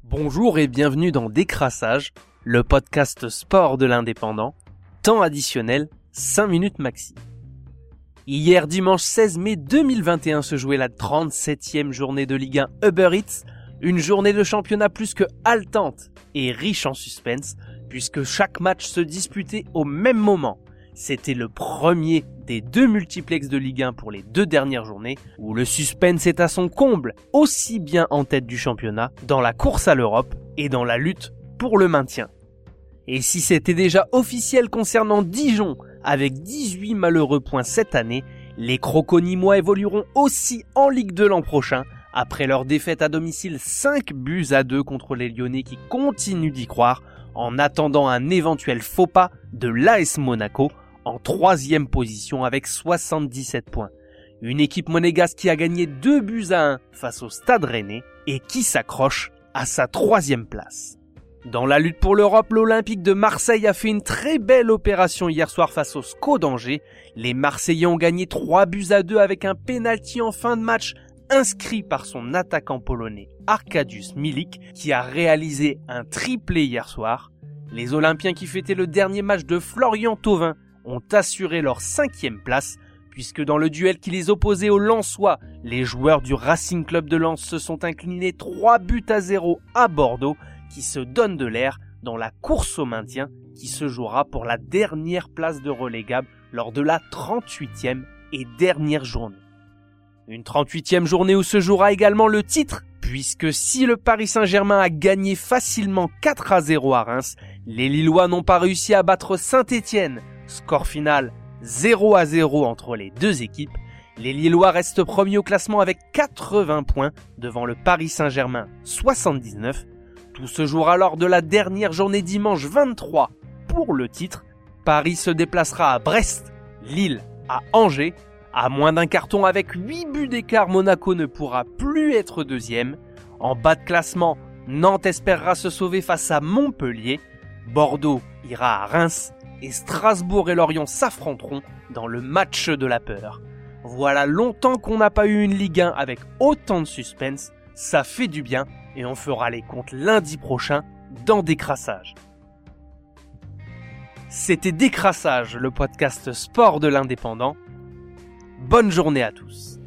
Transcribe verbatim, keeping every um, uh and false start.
Bonjour et bienvenue dans Décrassage, le podcast sport de l'Indépendant, temps additionnel, cinq minutes maxi. Hier dimanche seize mai deux mille vingt et un se jouait la trente-septième journée de Ligue un Uber Eats, une journée de championnat plus que haletante et riche en suspense, puisque chaque match se disputait au même moment. C'était le premier des deux multiplex de Ligue un pour les deux dernières journées, où le suspense est à son comble, aussi bien en tête du championnat, dans la course à l'Europe et dans la lutte pour le maintien. Et si c'était déjà officiel concernant Dijon, avec dix-huit malheureux points cette année, les Crocos-Nîmois évolueront aussi en Ligue deux l'an prochain, après leur défaite à domicile cinq buts à deux contre les Lyonnais qui continuent d'y croire, en attendant un éventuel faux pas de l'A S Monaco, en troisième position avec soixante-dix-sept points. Une équipe monégasque qui a gagné deux buts à un face au Stade Rennais et qui s'accroche à sa troisième place. Dans la lutte pour l'Europe, l'Olympique de Marseille a fait une très belle opération hier soir face au S C O d'Angers. Les Marseillais ont gagné trois buts à deux avec un pénalty en fin de match inscrit par son attaquant polonais Arkadiusz Milik qui a réalisé un triplé hier soir. Les Olympiens qui fêtaient le dernier match de Florian Thauvin ont assuré leur cinquième place, puisque dans le duel qui les opposait aux Lensois, les joueurs du Racing Club de Lens se sont inclinés trois buts à zéro à Bordeaux, qui se donne de l'air dans la course au maintien qui se jouera pour la dernière place de relégable lors de la trente-huitième et dernière journée. Une trente-huitième journée où se jouera également le titre, puisque si le Paris Saint-Germain a gagné facilement quatre à zéro à Reims, les Lillois n'ont pas réussi à battre Saint-Étienne. Score final zéro à zéro entre les deux équipes. Les Lillois restent premiers au classement avec quatre-vingts points devant le Paris Saint-Germain soixante-dix-neuf. Tout se jouera lors de la dernière journée dimanche vingt-trois pour le titre. Paris se déplacera à Brest, Lille à Angers. À moins d'un carton avec huit buts d'écart, Monaco ne pourra plus être deuxième. En bas de classement, Nantes espérera se sauver face à Montpellier. Bordeaux ira à Reims. Et Strasbourg et Lorient s'affronteront dans le match de la peur. Voilà longtemps qu'on n'a pas eu une Ligue un avec autant de suspense. Ça fait du bien et on fera les comptes lundi prochain dans Décrassage. C'était Décrassage, le podcast sport de l'Indépendant. Bonne journée à tous.